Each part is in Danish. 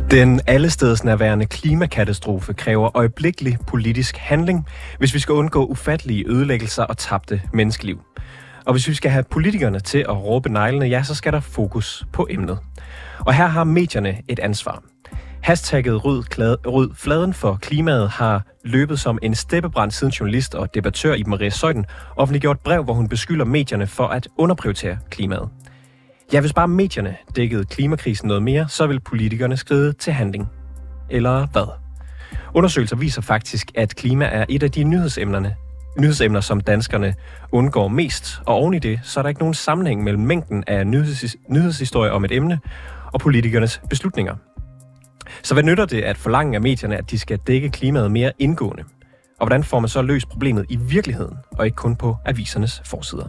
Den allestedsnærværende klimakatastrofe kræver øjeblikkelig politisk handling, hvis vi skal undgå ufattelige ødelæggelser og tabte menneskeliv. Og hvis vi skal have politikerne til at råbe neglene, ja, så skal der fokus på emnet. Og her har medierne et ansvar. Hashtagget Ryd fladen for klimaet har løbet som en steppebrand, siden journalist og debattør Iben Maria Zeuthen offentliggjort et brev, hvor hun beskylder medierne for at underprioritere klimaet. Ja, hvis bare medierne dækkede klimakrisen noget mere, så vil politikerne skride til handling. Eller hvad? Undersøgelser viser faktisk, at klima er et af de nyhedsemner, som danskerne undgår mest. Og oven i det, så er der ikke nogen sammenhæng mellem mængden af nyhedshistorier om et emne og politikernes beslutninger. Så hvad nytter det at forlange af medierne, at de skal dække klimaet mere indgående? Og hvordan får man så løst problemet i virkeligheden, og ikke kun på avisernes forsider?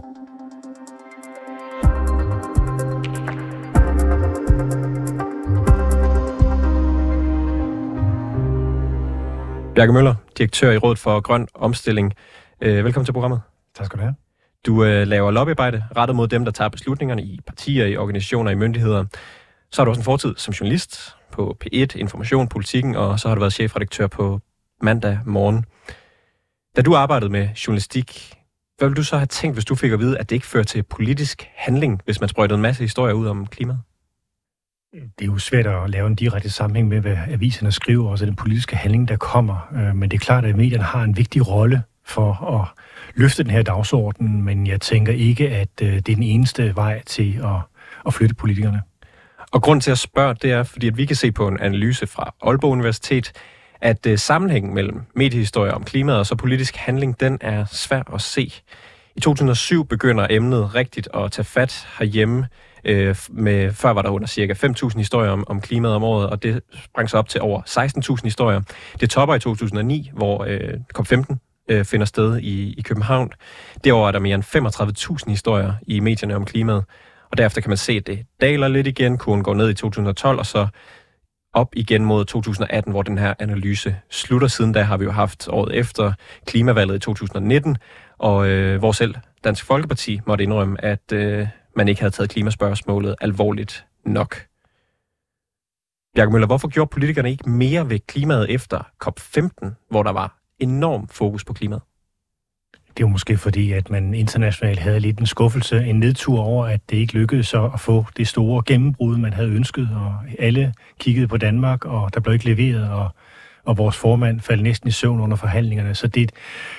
Bjarke Møller, direktør i Rådet for Grøn Omstilling. Velkommen til programmet. Tak skal du have. Du laver lobbyarbejde rettet mod dem, der tager beslutningerne i partier, i organisationer, i myndigheder. Så har du også en fortid som journalist på P1, Information, Politikken, og så har du været chefredaktør på Mandag Morgen. Da du arbejdede med journalistik, hvad ville du så have tænkt, hvis du fik at vide, at det ikke fører til politisk handling, hvis man sprøjtede en masse historier ud om klimaet? Det er jo svært at lave en direkte sammenhæng med, hvad aviserne skriver, og så den politiske handling, der kommer. Men det er klart, at medierne har en vigtig rolle for at løfte den her dagsorden, men jeg tænker ikke, at det er den eneste vej til at flytte politikerne. Og grund til at spørge, det er, fordi at vi kan se på en analyse fra Aalborg Universitet, at sammenhængen mellem mediehistorier om klimaet og så politisk handling, den er svær at se. I 2007 begynder emnet rigtigt at tage fat herhjemme. Før var der under cirka 5.000 historier om klimaet om året, og det sprang så op til over 16.000 historier. Det topper i 2009, hvor COP15 finder sted i København. Derover er der mere end 35.000 historier i medierne om klimaet, og derefter kan man se, at det daler lidt igen. Kurven går ned i 2012, og så op igen mod 2018, hvor den her analyse slutter. Siden da har vi jo haft året efter klimavalget i 2019, og hvor selv Dansk Folkeparti måtte indrømme, at man ikke havde taget klimaspørgsmålet alvorligt nok. Bjarke Møller, hvorfor gjorde politikerne ikke mere ved klimaet efter COP15, hvor der var enorm fokus på klimaet? Det er jo måske fordi, at man internationalt havde lidt en skuffelse, en nedtur over, at det ikke lykkedes så at få det store gennembrud, man havde ønsket, og alle kiggede på Danmark, og der blev ikke leveret, og vores formand faldt næsten i søvn under forhandlingerne. Så det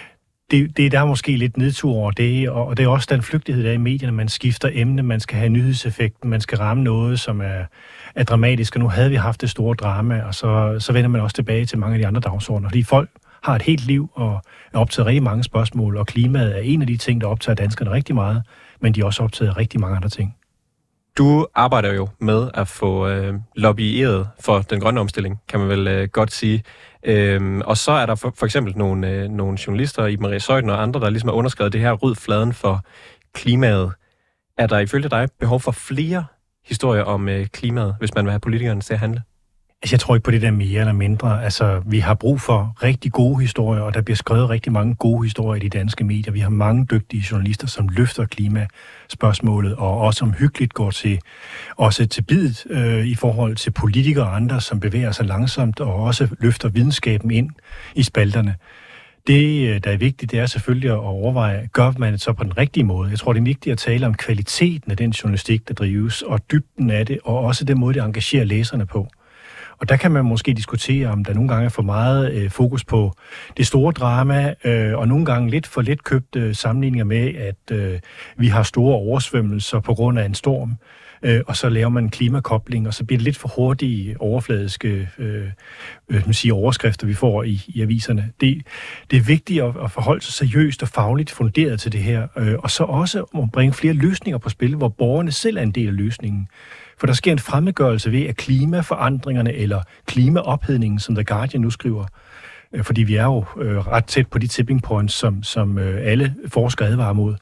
der er måske lidt nedtur over det, og det er også den flygtighed, der er i medierne. Man skifter emne, man skal have nyhedseffekten, man skal ramme noget, som er dramatisk, og nu havde vi haft det store drama, og så vender man også tilbage til mange af de andre dagsordener, fordi folk har et helt liv og er optaget rigtig mange spørgsmål, og klimaet er en af de ting, der optager danskerne rigtig meget, men de er også optaget af rigtig mange andre ting. Du arbejder jo med at få lobbyeret for den grønne omstilling, kan man vel godt sige. Og så er der for eksempel nogle journalister, Iben Maria Zeuthen og andre, der ligesom har underskrevet det her Ryd fladen for klimaet. Er der ifølge dig behov for flere historier om klimaet, hvis man vil have politikerne til at handle? Altså, jeg tror ikke på det der mere eller mindre. Altså, vi har brug for rigtig gode historier, og der bliver skrevet rigtig mange gode historier i de danske medier. Vi har mange dygtige journalister, som løfter klimaspørgsmålet, og også omhyggeligt går til bidet i forhold til politikere og andre, som bevæger sig langsomt, og også løfter videnskaben ind i spalterne. Det, der er vigtigt, det er selvfølgelig at overveje, gør man det så på den rigtige måde? Jeg tror, det er vigtigt at tale om kvaliteten af den journalistik, der drives, og dybden af det, og også den måde, det engagerer læserne på. Og der kan man måske diskutere, om der nogle gange er for meget fokus på det store drama, og nogle gange lidt for let købte sammenligninger med, at vi har store oversvømmelser på grund af en storm, og så laver man en klimakobling, og så bliver det lidt for hurtige overfladiske overskrifter, vi får i aviserne. Det er vigtigt at forholde sig seriøst og fagligt funderet til det her, og så også at bringe flere løsninger på spil, hvor borgerne selv er en del af løsningen. For der sker en fremmedgørelse ved, at klimaforandringerne eller klimaophedningen, som The Guardian nu skriver, fordi vi er jo ret tæt på de tipping points, som alle forskere advarer mod.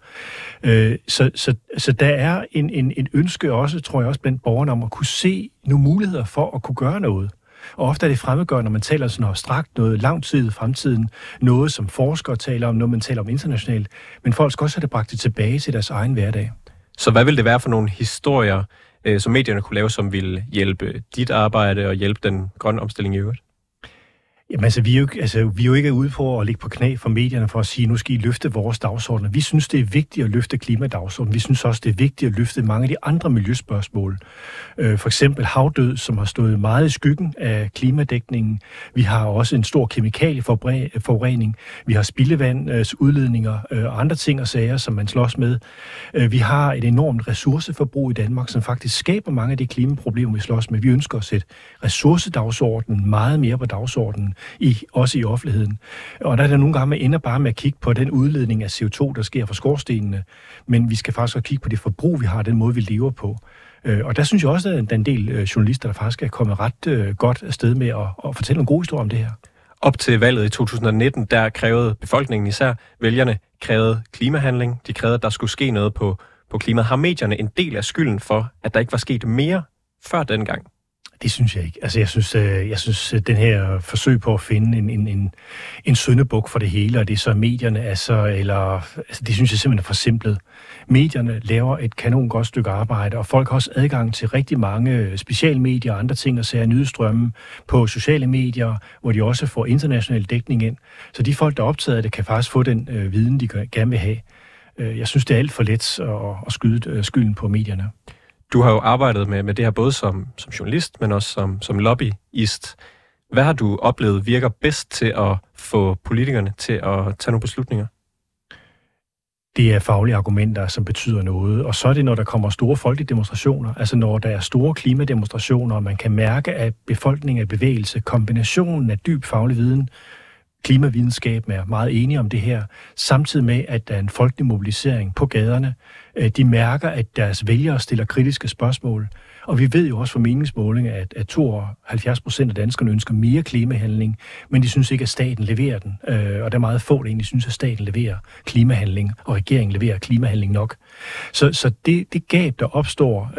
Så der er en ønske også, tror jeg også, blandt borgerne om at kunne se nogle muligheder for at kunne gøre noget. Og ofte er det fremmedgørende, når man taler sådan abstrakt noget, lang tid i fremtiden, noget som forskere taler om, noget man taler om internationalt, men folk skal også have det bragt tilbage til deres egen hverdag. Så hvad vil det være for nogle historier, som medierne kunne lave, som ville hjælpe dit arbejde og hjælpe den grønne omstilling i øvrigt? Jamen vi er jo ikke ude på at ligge på knæ for medierne for at sige, nu skal I løfte vores dagsordner. Vi synes, det er vigtigt at løfte klimadagsordenen. Vi synes også, det er vigtigt at løfte mange af de andre miljøspørgsmål. For eksempel havdød, som har stået meget i skyggen af klimadækningen. Vi har også en stor kemikalieforurening. Vi har spildevandsudledninger og andre ting og sager, som man slås med. Vi har et enormt ressourceforbrug i Danmark, som faktisk skaber mange af de klimaproblemer, vi slås med. Vi ønsker at sætte ressourcedagsordenen meget mere på dagsordenen. Også i offentligheden. Og der er nogle gange, man ender bare med at kigge på den udledning af CO2, der sker fra skorstenene, men vi skal faktisk også kigge på det forbrug, vi har, den måde, vi lever på. Og der synes jeg også, at der er en del journalister, der faktisk er kommet ret godt afsted med at fortælle nogle gode historier om det her. Op til valget i 2019, der krævede befolkningen, især vælgerne, krævede klimahandling. De krævede, at der skulle ske noget på klimaet. Har medierne en del af skylden for, at der ikke var sket mere før dengang? Det synes jeg ikke. Altså, jeg synes den her forsøg på at finde en syndebuk for det hele, og det er så medierne, det synes jeg simpelthen er forsimplet. Medierne laver et kanon godt stykke arbejde, og folk har også adgang til rigtig mange specialmedier og andre ting, og ser nyhedsstrømme på sociale medier, hvor de også får international dækning ind. Så de folk, der er optaget af det, kan faktisk få den viden, de gerne vil have. Jeg synes, det er alt for let at skyde skylden på medierne. Du har jo arbejdet med det her både som journalist, men også som lobbyist. Hvad har du oplevet virker bedst til at få politikerne til at tage nogle beslutninger? Det er faglige argumenter, som betyder noget. Og så er det, når der kommer store folkelige demonstrationer. Altså når der er store klimademonstrationer, og man kan mærke, at befolkningen er bevægelse, kombinationen af dyb faglig viden, klimavidenskaben er meget enige om det her, samtidig med, at der er en folkelig mobilisering på gaderne. De mærker, at deres vælgere stiller kritiske spørgsmål. Og vi ved jo også fra meningsmålinger, at 72% af danskerne ønsker mere klimahandling, men de synes ikke, at staten leverer den. Og der er meget få, der egentlig synes, at staten leverer klimahandling, og regeringen leverer klimahandling nok. Så det gab, der opstår,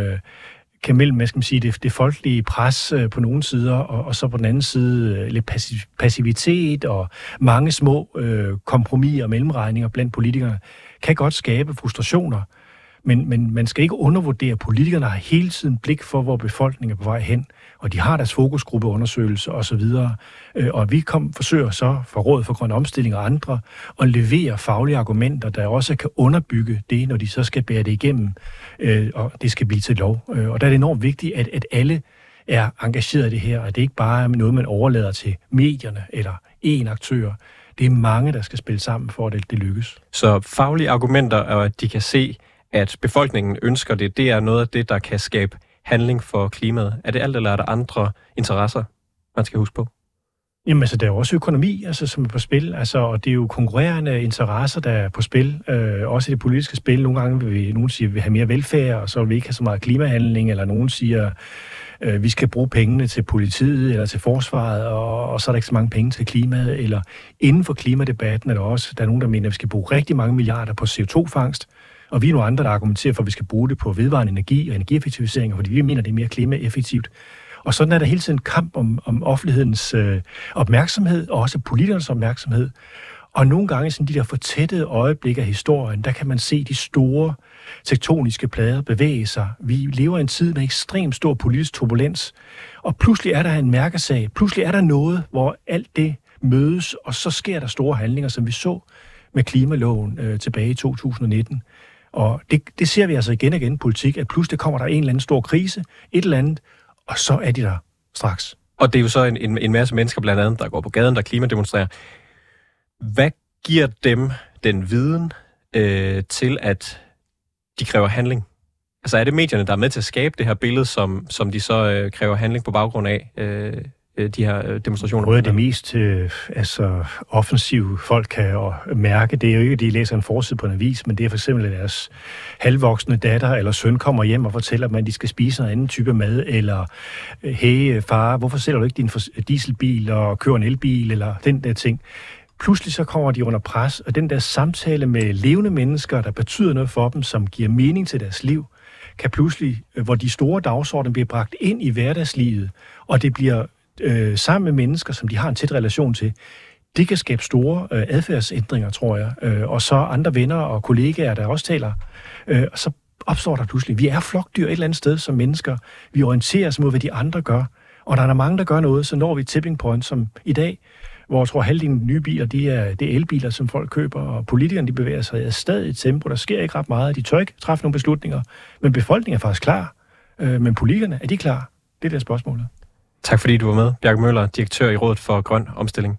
kan mellem, hvad skal man sige, det folkelige pres på nogle sider, og så på den anden side lidt passivitet og mange små kompromiser og mellemregninger blandt politikerne, kan godt skabe frustrationer. Men man skal ikke undervurdere, politikerne har hele tiden blik for, hvor befolkningen er på vej hen, og de har deres fokusgruppeundersøgelser osv. Og vi forsøger så fra Rådet for Grøn Omstilling og andre at levere faglige argumenter, der også kan underbygge det, når de så skal bære det igennem, og det skal blive til lov. Og der er det enormt vigtigt, at alle er engageret i det her, og det er ikke bare noget, man overlader til medierne eller én aktør. Det er mange, der skal spille sammen for, at det lykkes. Så faglige argumenter, og at de kan se, at befolkningen ønsker det, det er noget af det, der kan skabe handling for klimaet. Er det alt, eller er der andre interesser, man skal huske på? Jamen altså, der er også økonomi, som er på spil, og det er jo konkurrerende interesser, der er på spil, også i det politiske spil. Nogle gange vil nogen sige, at vi vil have mere velfærd, og så vil vi ikke have så meget klimahandling, eller nogen siger, at vi skal bruge pengene til politiet eller til forsvaret, og så er der ikke så mange penge til klimaet. Eller inden for klimadebatten er der nogen, der mener, at vi skal bruge rigtig mange milliarder på CO2-fangst, og vi er nogle andre, der argumenterer for, at vi skal bruge det på vedvarende energi og energieffektivisering, fordi vi mener, det er mere klimaeffektivt. Og sådan er der hele tiden kamp om offentlighedens opmærksomhed, og også politikernes opmærksomhed. Og nogle gange sådan de der fortættede øjeblikke af historien, der kan man se de store tektoniske plader bevæge sig. Vi lever i en tid med ekstremt stor politisk turbulens, og pludselig er der en mærkesag. Pludselig er der noget, hvor alt det mødes, og så sker der store handlinger, som vi så med klimaloven tilbage i 2019. Og det ser vi altså igen og igen i politik, at pludselig kommer der en eller anden stor krise, et eller andet, og så er de der straks. Og det er jo så en masse mennesker blandt andet, der går på gaden, der klimademonstrerer. Hvad giver dem den viden til, at de kræver handling? Altså er det medierne, der er med til at skabe det her billede, som de så kræver handling på baggrund af de her demonstrationer? Noget af det mest offensive folk kan mærke, det er jo ikke, at de læser en forside på en avis, men det er for eksempel, at deres halvvoksne datter eller søn kommer hjem og fortæller dem, at de skal spise en anden type mad, eller hey far, hvorfor sælger du ikke din dieselbil og kører en elbil, eller den der ting. Pludselig så kommer de under pres, og den der samtale med levende mennesker, der betyder noget for dem, som giver mening til deres liv, kan pludselig, hvor de store dagsordner bliver bragt ind i hverdagslivet, og det bliver sammen med mennesker, som de har en tæt relation til, det kan skabe store adfærdsændringer, tror jeg. Og så andre venner og kollegaer, der også taler. Og så opstår der pludselig. Vi er flokdyr et eller andet sted som mennesker. Vi orienterer os mod, hvad de andre gør. Og der er mange, der gør noget, så når vi et tipping point, som i dag, hvor jeg tror, halvdelen af nye biler, det er elbiler, som folk køber, og politikerne de bevæger sig i stadig et tempo. Der sker ikke ret meget. De tør ikke træffe nogle beslutninger. Men befolkningen er faktisk klar. Men politikerne, er de klar? Det er det spørgsmålet. Tak fordi du var med, Bjarke Møller, direktør i Rådet for Grøn Omstilling.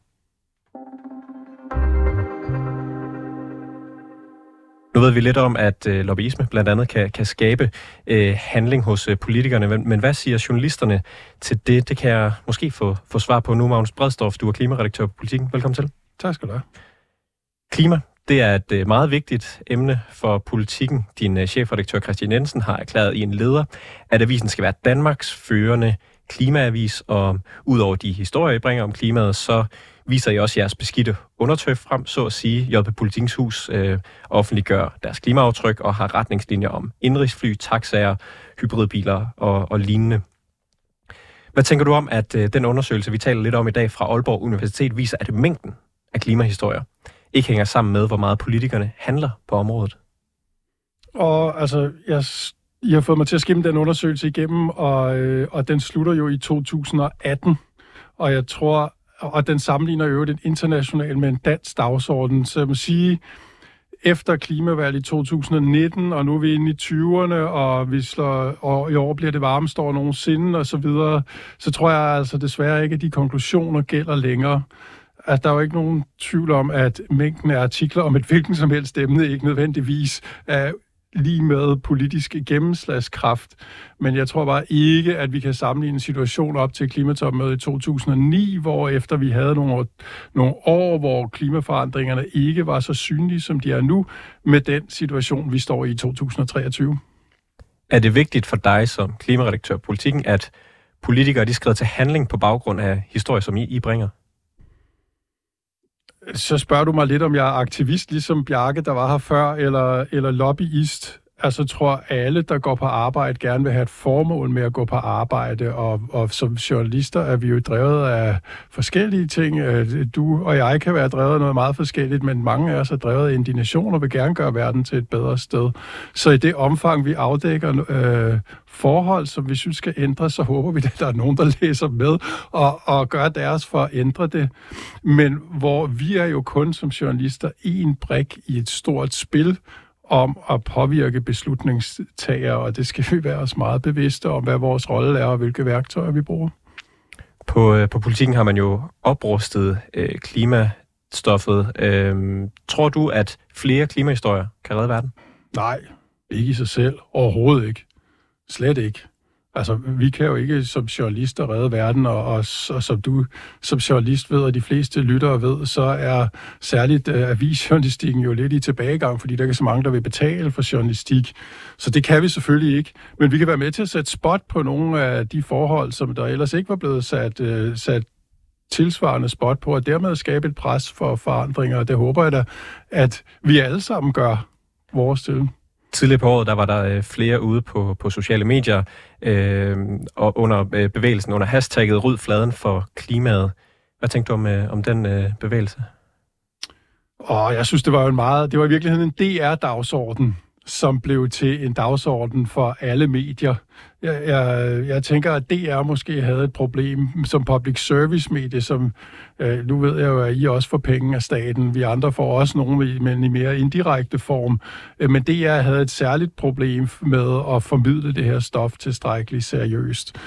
Nu ved vi lidt om, at lobbyisme blandt andet kan skabe handling hos politikerne, men hvad siger journalisterne til det? Det kan jeg måske få svar på nu. Magnus Bredsdorff, du er klimaredaktør på Politiken. Velkommen til. Tak skal du have. Klima, det er et meget vigtigt emne for Politiken. Din chefredaktør Christian Jensen har erklæret i en leder, at avisen skal være Danmarks førende klimaavis, og udover de historier, I bringer om klimaet, så viser I også jeres beskidte undertøj frem, så at sige. JP Politikens Hus offentliggør deres klimaaftryk og har retningslinjer om indrigsfly, taxaer, hybridbiler og lignende. Hvad tænker du om, at den undersøgelse, vi taler lidt om i dag fra Aalborg Universitet, viser, at mængden af klimahistorier ikke hænger sammen med, hvor meget politikerne handler på området? Og altså, jeg har fået mig til at skimme den undersøgelse igennem, og den slutter jo i 2018, og jeg tror, og den sammenligner jo den internationalt med en dansk dagsorden. Så jeg må sige, efter klimavalget i 2019, og nu er vi inde i 20'erne, og i år bliver det varmest over nogensinde, og så videre, så tror jeg altså desværre ikke, at de konklusioner gælder længere. At der er jo ikke nogen tvivl om, at mængden af artikler om et hvilken som helst emne ikke nødvendigvis er lige med politisk gennemslagskraft. Men jeg tror bare ikke, at vi kan sammenligne en situation op til klimatopmødet i 2009, hvor efter vi havde nogle år, hvor klimaforandringerne ikke var så synlige, som de er nu, med den situation, vi står i 2023. Er det vigtigt for dig som klimaredaktør på Politiken, at politikere de skrider til handling på baggrund af historier, som I bringer? Så spørger du mig lidt, om jeg er aktivist, ligesom Bjarke, der var her før, eller lobbyist. Altså tror alle, der går på arbejde, gerne vil have et formål med at gå på arbejde, og som journalister er vi jo drevet af forskellige ting. Du og jeg kan være drevet af noget meget forskelligt, men mange af os er drevet af indignation og vil gerne gøre verden til et bedre sted. Så i det omfang, vi afdækker forhold, som vi synes skal ændres, så håber vi, at der er nogen, der læser med og gør deres for at ændre det. Men hvor vi er jo kun som journalister en brik i et stort spil, om at påvirke beslutningstagere, og det skal vi være os meget bevidste om, hvad vores rolle er, og hvilke værktøjer vi bruger. På Politiken har man jo oprustet klimastoffet. Tror du, at flere klimahistorier kan redde verden? Nej, ikke i sig selv. Overhovedet ikke. Slet ikke. Altså, vi kan jo ikke som journalister redde verden, og som du som journalist ved, og de fleste lyttere ved, så er særligt avisjournalistikken jo lidt i tilbagegang, fordi der er så mange, der vil betale for journalistik. Så det kan vi selvfølgelig ikke. Men vi kan være med til at sætte spot på nogle af de forhold, som der ellers ikke var blevet sat tilsvarende spot på, og dermed skabe et pres for forandringer. Og det håber jeg da, at vi alle sammen gør vores til. Tidligere på året, der var der flere ude på sociale medier og under bevægelsen, under hashtagget Ryd fladen for klimaet. Hvad tænkte du om den bevægelse? Jeg synes, det var i virkeligheden en DR-dagsorden, som blev til en dagsorden for alle medier. Jeg tænker, at DR måske havde et problem som public service medie, som nu ved jeg jo, at I også får penge af staten. Vi andre får også nogle, men i mere indirekte form. Men DR havde et særligt problem med at formidle det her stof tilstrækkeligt seriøst.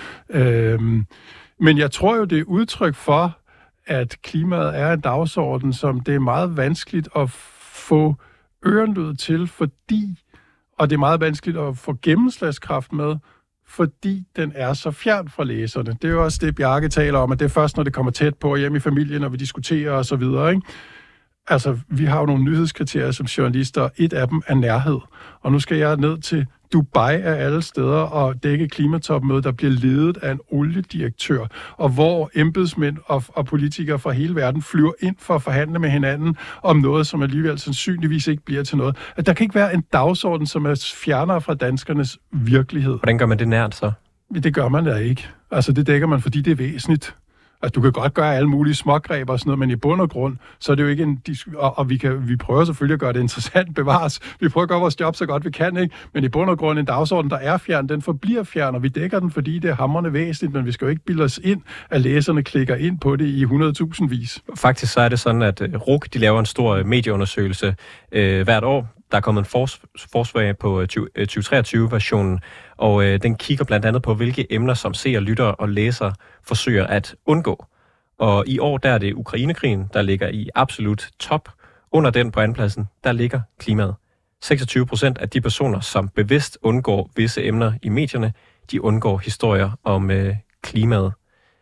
Men jeg tror jo, det er udtryk for, at klimaet er en dagsorden, som det er meget vanskeligt at få ørenlyd til, og det er meget vanskeligt at få gennemslagskraft med, fordi den er så fjern fra læserne. Det er jo også det, Bjarke taler om, at det er først, når det kommer tæt på hjemme i familien, når vi diskuterer og så videre, ikke? Altså, vi har jo nogle nyhedskriterier som journalister, og et af dem er nærhed. Og nu skal jeg ned til Dubai af alle steder og dække klimatopmødet, der bliver ledet af en oliedirektør, og hvor embedsmænd og politikere fra hele verden flyver ind for at forhandle med hinanden om noget, som alligevel sandsynligvis ikke bliver til noget. At der kan ikke være en dagsorden, som er fjernere fra danskernes virkelighed. Hvordan gør man det nært så? Det gør man da ikke. Altså, det dækker man, fordi det er væsentligt. Altså, du kan godt gøre alle mulige smågreb og sådan noget, men i bund og grund, så er det jo ikke og vi prøver selvfølgelig at gøre det interessant, bevares. Vi prøver at gøre vores job så godt vi kan, ikke? Men i bund og grund, en dagsorden, der er fjern, den forbliver fjern, og vi dækker den, fordi det er hamrende væsentligt, men vi skal jo ikke bilde os ind, at læserne klikker ind på det i 100.000 vis. Faktisk så er det sådan, at RUC, de laver en stor medieundersøgelse hvert år. Der er kommet en forsvag på 2023-versionen, og den kigger blandt andet på, hvilke emner, som seere, lyttere og læsere forsøger at undgå. Og i år, der er det Ukrainekrigen, der ligger i absolut top. Under den på andenpladsen, der ligger klimaet. 26% af de personer, som bevidst undgår visse emner i medierne, de undgår historier om klimaet.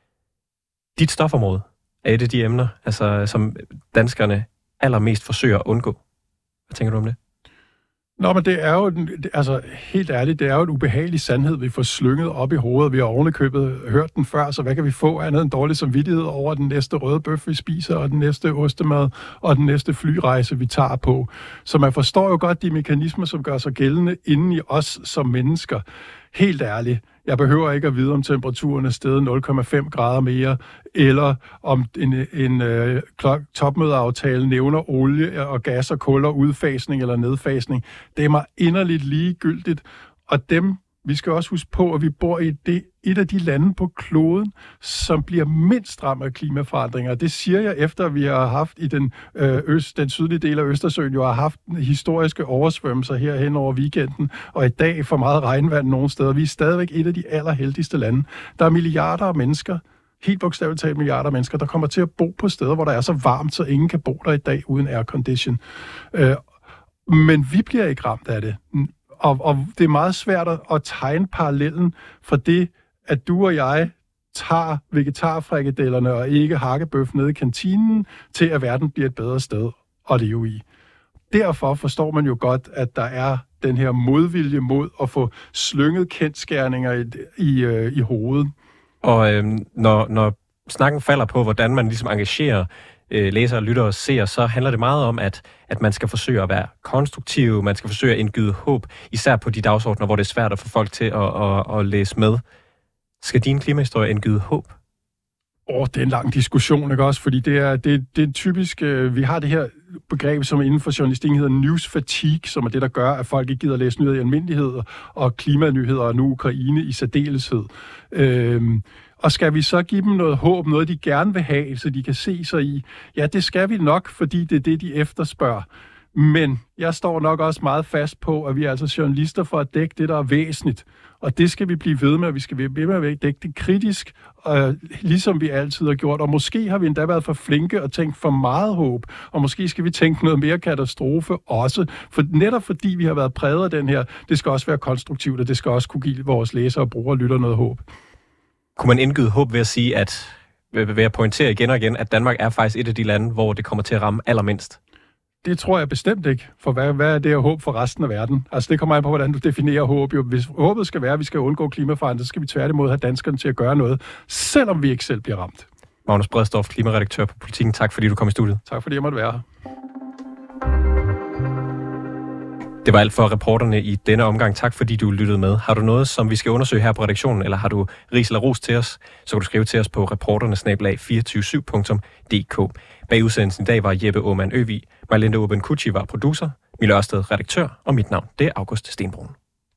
Dit stofområde er et af de emner, altså, som danskerne allermest forsøger at undgå. Hvad tænker du om det? Nå, men det er jo, altså helt ærligt, det er jo en ubehagelig sandhed, vi får slynget op i hovedet. Vi har ovenikøbet hørt den før, så hvad kan vi få andet end dårlig samvittighed over den næste røde bøf, vi spiser, og den næste ostemad, og den næste flyrejse, vi tager på. Så man forstår jo godt de mekanismer, som gør sig gældende inden i os som mennesker. Helt ærligt. Jeg behøver ikke at vide, om temperaturen er steget 0,5 grader mere, eller om en topmødeaftale nævner olie og gas og kul og udfasning eller nedfasning. Det er mig inderligt ligegyldigt. Og vi skal også huske på, at vi bor i et af de lande på kloden, som bliver mindst ramt af klimaforandringer. Det siger jeg efter, at vi har haft i den sydlige del af Østersøen, jo har haft historiske oversvømmelser herhen over weekenden, og i dag for meget regnvand nogle steder. Vi er stadigvæk et af de allerheldigste lande. Der er milliarder af mennesker, helt bogstaveligt talt milliarder af mennesker, der kommer til at bo på steder, hvor der er så varmt, så ingen kan bo der i dag uden aircondition. Men vi bliver ikke ramt af det. Og det er meget svært at tegne parallellen fra det, at du og jeg tager vegetarfrikadellerne og ikke hakkebøf nede i kantinen, til at verden bliver et bedre sted at leve i. Derfor forstår man jo godt, at der er den her modvilje mod at få slynget kendsgerninger i hovedet. Og når snakken falder på, hvordan man ligesom engagerer læsere, lyttere og seere, så handler det meget om, at man skal forsøge at være konstruktiv, man skal forsøge at indgyde håb, især på de dagsordner, hvor det er svært at få folk til at læse med. Skal din klimahistorie indgyde håb? Det er en lang diskussion, ikke også? Fordi det er typisk, vi har det her begreb, som inden for journalistikken hedder news fatigue, som er det, der gør, at folk ikke gider at læse nyheder i almindelighed, og klimanyheder og nu Ukraine i særdeleshed. Og skal vi så give dem noget håb, noget de gerne vil have, så de kan se sig i? Ja, det skal vi nok, fordi det er det, de efterspørger. Men jeg står nok også meget fast på, at vi er altså journalister for at dække det, der er væsentligt. Og det skal vi blive ved med, og vi skal blive ved med at dække det kritisk, ligesom vi altid har gjort. Og måske har vi endda været for flinke og tænkt for meget håb, og måske skal vi tænke noget mere katastrofe også. For netop fordi vi har været præget af den her, det skal også være konstruktivt, og det skal også kunne give vores læsere og brugere og lytter noget håb. Kunne man indgyde håb ved at sige, ved at pointere igen og igen, at Danmark er faktisk et af de lande, hvor det kommer til at ramme allermindst? Det tror jeg bestemt ikke. For hvad er det at håb for resten af verden? Altså det kommer an på, hvordan du definerer håb. Jo, hvis håbet skal være, at vi skal undgå klimaforandring, så skal vi tværtimod have danskerne til at gøre noget, selvom vi ikke selv bliver ramt. Magnus Bredsdorff, klimaredaktør på Politiken. Tak fordi du kom i studiet. Tak fordi jeg måtte være her. Det var alt for reporterne i denne omgang. Tak fordi du lyttede med. Har du noget, som vi skal undersøge her på redaktionen, eller har du ris eller ros til os, så kan du skrive til os på reporterne@247.dk. Bag udsendelsen i dag var Jeppe Aumann Øvig, Marlene Urban Kutschi var producer, Mille Ørsted redaktør, og mit navn det er August Stenbrun.